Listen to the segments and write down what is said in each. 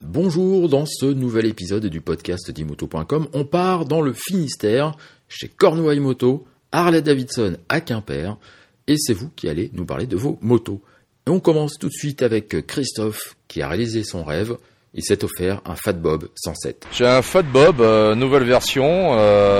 Bonjour, dans ce nouvel épisode du podcast d'imoto.com, on part dans le Finistère, chez Cornouailles Moto, Harley Davidson à Quimper, et c'est vous qui allez nous parler de vos motos. Et on commence tout de suite avec Christophe, qui a réalisé son rêve. Il s'est offert un Fat Bob 107. J'ai un Fat Bob, nouvelle version.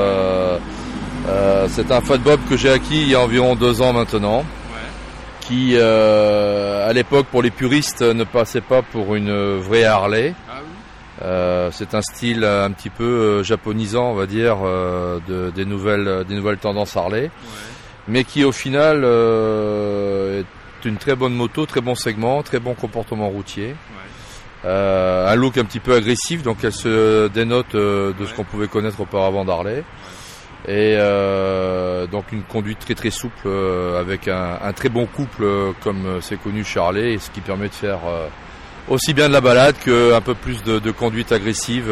C'est un Fat Bob que j'ai acquis il y a environ 2 ans maintenant. Qui, à l'époque, pour les puristes, ne passait pas pour une vraie Harley. C'est un style un petit peu japonisant, on va dire, des nouvelles tendances Harley. Mais qui, au final, est une très bonne moto, très bon segment, très bon comportement routier. Un look un petit peu agressif, donc elle se dénote de ce qu'on pouvait connaître auparavant d'Harley. Et donc une conduite très très souple avec un très bon couple comme c'est connu chez Harley, et ce qui permet de faire aussi bien de la balade qu'un peu plus de conduite agressive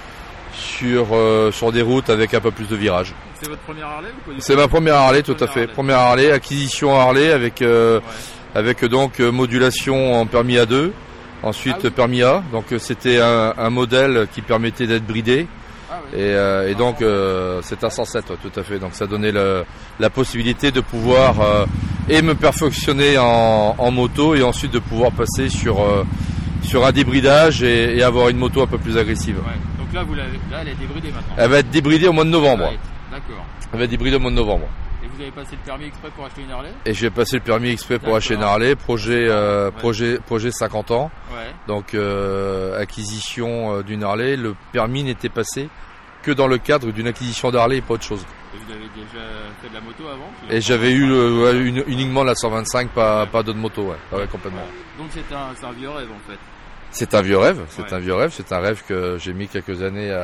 sur des routes avec un peu plus de virages. C'est votre première Harley ou pas? C'est ma première Harley, tout à fait. Première Harley, acquisition Harley avec donc modulation en permis A2, ensuite permis A. Donc c'était un modèle qui permettait d'être bridé. Et donc c'est un 107, tout à fait. Donc ça donnait la possibilité de pouvoir et me perfectionner en moto, et ensuite de pouvoir passer sur un débridage et avoir une moto un peu plus agressive. Donc là, elle est débridée maintenant. Elle va être débridée au mois de novembre. D'accord. Elle va être débridée au mois de novembre. Et vous avez passé le permis exprès pour acheter une Harley? Et j'ai passé le permis exprès pour acheter une Harley, projet 50 ans. Donc acquisition d'une Harley, le permis n'était passé que dans le cadre d'une acquisition d'Harley et pas autre chose. Et vous avez déjà fait de la moto avant? Et j'avais eu uniquement la 125, pas d'autres motos, complètement. Donc c'est un vieux rêve en fait. C'est un vieux rêve, c'est un rêve que j'ai mis quelques années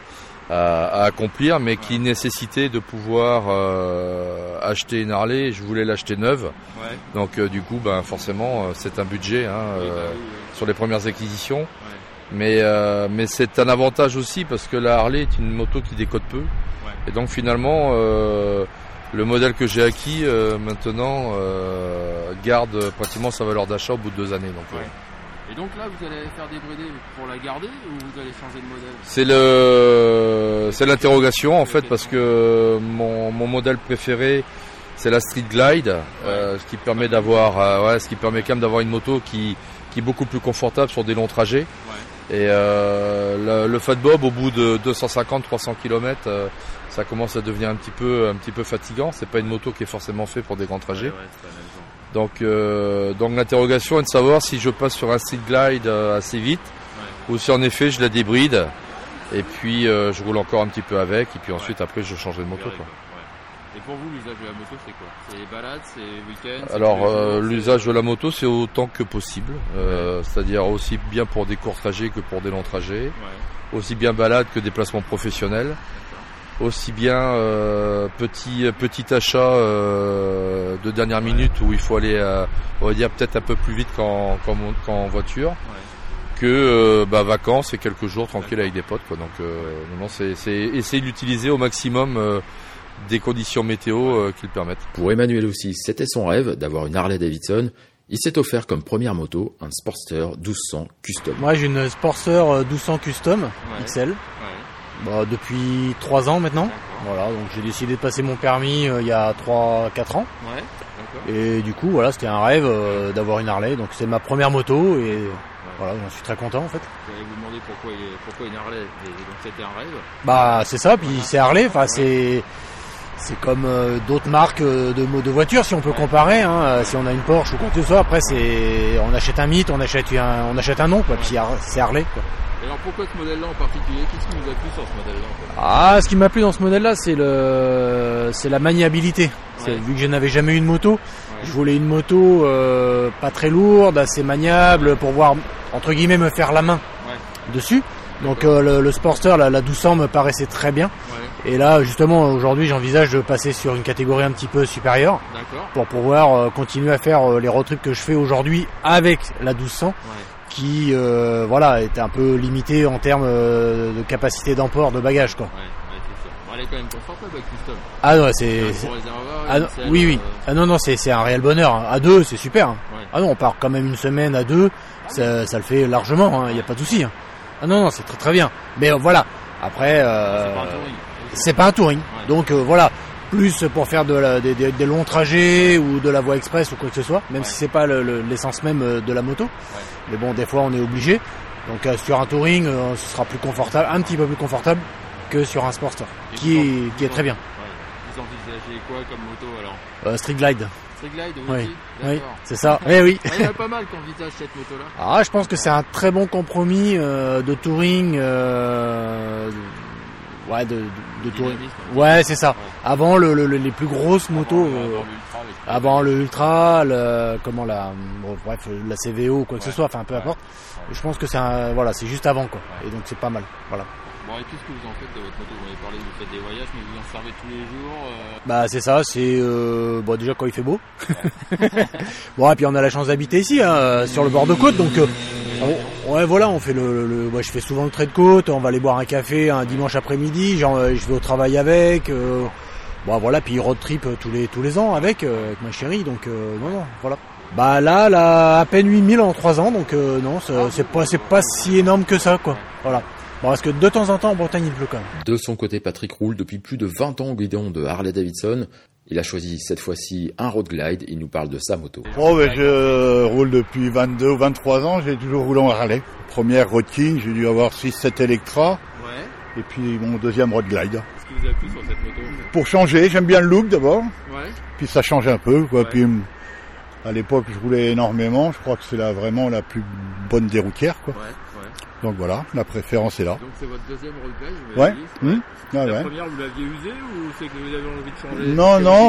à accomplir, mais qui nécessitait de pouvoir acheter une Harley. Je voulais l'acheter neuve, donc du coup forcément c'est un budget sur les premières acquisitions. Mais c'est un avantage aussi parce que la Harley est une moto qui décode peu. Et donc finalement, le modèle que j'ai acquis maintenant garde pratiquement sa valeur d'achat au bout de 2 années. Donc, Et donc là, vous allez faire débrider pour la garder ou vous allez changer de modèle? C'est l'interrogation en fait, parce que mon modèle préféré, c'est la Street Glide, ce qui permet quand même d'avoir une moto qui est beaucoup plus confortable sur des longs trajets. Et le Fat Bob, au bout de 250-300 km, ça commence à devenir un petit peu fatigant. C'est pas une moto qui est forcément faite pour des grands trajets. Donc l'interrogation est de savoir si je passe sur un Street Glide assez vite, ou si en effet je la débride et puis je roule encore un petit peu avec, et puis ensuite après je changerai de moto. Et pour vous, l'usage de la moto, c'est quoi? C'est balade, c'est week-end? Alors, l'usage de la moto, c'est autant que possible. C'est-à-dire aussi bien pour des courts trajets que pour des longs trajets. Aussi bien balade que déplacement professionnel. Aussi bien petit achat de dernière minute où il faut aller, on va dire, peut-être un peu plus vite qu'en voiture. Que vacances et quelques jours tranquilles avec des potes, quoi. Donc, c'est essayer d'utiliser au maximum des conditions météo qui le permettent. Pour Emmanuel aussi, c'était son rêve d'avoir une Harley Davidson. Il s'est offert comme première moto un Sportster 1200 Custom. Moi j'ai une Sportster 1200 Custom XL depuis 3 ans maintenant. Voilà, donc j'ai décidé de passer mon permis il y a 3-4 ans. Et du coup voilà, c'était un rêve d'avoir une Harley. Donc c'est ma première moto et voilà, j'en suis très content en fait. Vous allez vous demander pourquoi une Harley, et donc c'était un rêve? Bah c'est ça, puis c'est Harley, c'est comme d'autres marques de voitures, si on peut comparer. Si on a une Porsche ou quoi que ce soit, après on achète un mythe, on achète un nom, quoi. Puis c'est Harley, quoi. Et alors pourquoi ce modèle-là en particulier? Qu'est-ce qui vous a plu sur ce modèle-là en fait? Ce qui m'a plu dans ce modèle-là, c'est la maniabilité. Vu que je n'avais jamais eu une moto, je voulais une moto pas très lourde, assez maniable, pour pouvoir entre guillemets me faire la main dessus. Donc le Sportster, la 1200 me paraissait très bien. Et là, justement, aujourd'hui, j'envisage de passer sur une catégorie un petit peu supérieure pour pouvoir continuer à faire les road trips que je fais aujourd'hui avec la 1200, qui est un peu limitée en termes de capacité d'emport de bagages, quoi. Elle est quand même confortable avec Custom. Ah non, c'est un réel bonheur. À deux, c'est super. Ah non, on part quand même une semaine à deux, ça le fait largement. Il n'y a pas de souci. Ah non, c'est très très bien. Mais voilà, après, c'est pas un touring. Ouais. Donc voilà, plus pour faire des longs trajets ou de la voie express ou quoi que ce soit, même si c'est pas l'essence même de la moto. Ouais. Mais bon, des fois on est obligé. Donc sur un touring, ce sera plus confortable, un petit peu plus confortable que sur un Sportster, qui est très bien. Ouais. Vous envisagez quoi comme moto alors? Street Glide. Street Glide aussi. Oui, c'est ça. Oui. Il y en a pas mal qui envisagent cette moto-là. Ah, je pense que c'est un très bon compromis de touring. De touring. Ouais, c'est ça. Ouais. Avant les plus grosses motos. Avant le Ultra, la CVO ou quoi que ce soit, enfin peu importe. Je pense que c'est juste avant quoi. Et donc c'est pas mal. Voilà. Bon, et qu'est-ce que vous en faites de votre moto? Vous m'avez parlé que vous faites des voyages, mais vous en servez tous les jours Bah c'est ça, c'est déjà quand il fait beau. Bon, et puis on a la chance d'habiter ici, sur le bord de côte, donc on fait je fais souvent le trait de côte, on va aller boire un café un dimanche après-midi, je vais au travail avec. Puis road trip tous les ans avec ma chérie, donc voilà. Bah là, à peine 8000 en 3 ans, donc non, c'est pas si énorme que ça, quoi. Voilà. Bon, parce que de temps en temps, en Bretagne, il pleut quand même. De son côté, Patrick roule depuis plus de 20 ans au guidon de Harley-Davidson. Il a choisi cette fois-ci un Road Glide. Il nous parle de sa moto. Je roule depuis 22 ou 23 ans. J'ai toujours roulé en Harley. Première Road King, j'ai dû avoir 6-7 Electra. Ouais. Et puis mon deuxième Road Glide. Qu'est-ce qui vous a plu sur cette moto? Pour changer, j'aime bien le look d'abord. Ouais. Puis ça change un peu, quoi. Ouais. Puis à l'époque, je roulais énormément. Je crois que c'est vraiment la plus bonne des routières, quoi. Ouais. Donc voilà, la préférence est là. Donc c'est votre deuxième Road Glide, vous m'avez dit. La première, vous l'aviez usée ou c'est que vous avez envie de changer?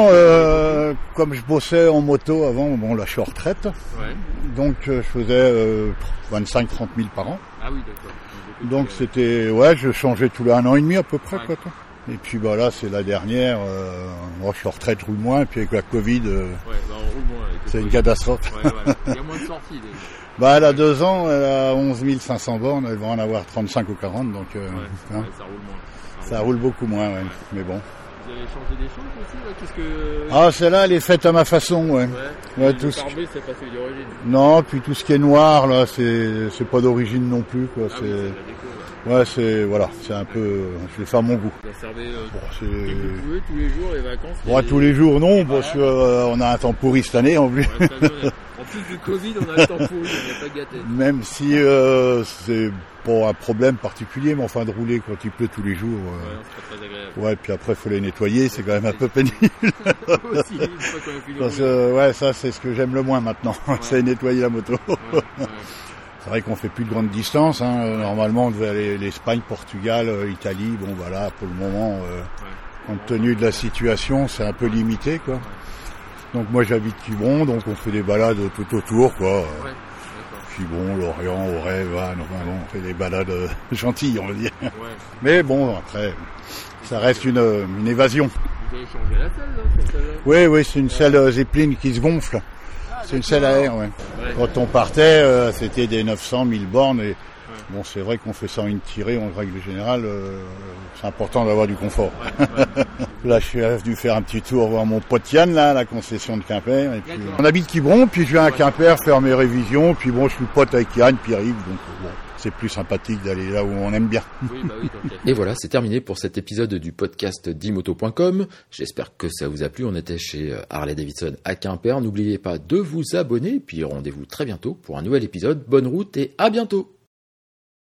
Non, comme je bossais en moto avant, là je suis en retraite. Ouais. Donc je faisais 25-30 000 par an. Ah oui, d'accord. Donc c'était, je changeais tous les 1 an et demi à peu près, quoi. Et puis là c'est la dernière, moi je suis en retraite, je roule moins, et puis avec la Covid, on roule moins. C'est une catastrophe. Il y a moins de sorties. Elle a 2 ans, elle a 11 500 bornes, elle va en avoir 35 ou 40, donc ça roule moins. Ça roule beaucoup moins, ouais. Mais bon. Vous avez changé des choses aussi, là? Celle-là, elle est faite à ma façon, ouais. Le pare-brise, c'est pas celui d'origine. Non, puis tout ce qui est noir, là, c'est pas d'origine non plus, quoi. Ah c'est c'est un peu, je vais faire mon goût. Vous servez tous les jours, les vacances? Tous les jours, non, parce que on a un temps pourri cette année, en plus. En plus du Covid, on a un temps pourri, on n'est pas gâté. Même si c'est pas un problème particulier, mais enfin de rouler quand il pleut tous les jours. C'est pas très agréable. Ouais, puis après faut les nettoyer, c'est quand même un peu pénible. Aussi, une fois qu'on a fini de rouler. Ça c'est ce que j'aime le moins maintenant, c'est nettoyer la moto. C'est vrai qu'on fait plus de grandes distances, Normalement on devait aller l'Espagne, Portugal, Italie, pour le moment, compte tenu de la situation, c'est un peu limité, quoi. Donc moi j'habite Quiberon, donc on fait des balades tout autour, quoi. Quiberon, Lorient, Auray, on fait des balades gentilles, on va dire. Ouais. Mais bon, après, ça reste une évasion. Vous avez changé la selle, là? Oui, c'est une selle Zeppelin qui se gonfle. C'est une selle à air, Quand on partait, c'était des 900 000 bornes et c'est vrai qu'on fait ça en une tirée, en règle générale, c'est important d'avoir du confort. Là, je suis venu faire un petit tour voir mon pote Yann, là, à la concession de Quimper. Et puis, on habite Quiberon, puis je viens à Quimper faire mes révisions, puis je suis pote avec Yann, Pierre-Yves, donc c'est plus sympathique d'aller là où on aime bien. Et voilà, c'est terminé pour cet épisode du podcast dimoto.com. J'espère que ça vous a plu. On était chez Harley-Davidson à Quimper. N'oubliez pas de vous abonner, puis rendez-vous très bientôt pour un nouvel épisode. Bonne route et à bientôt!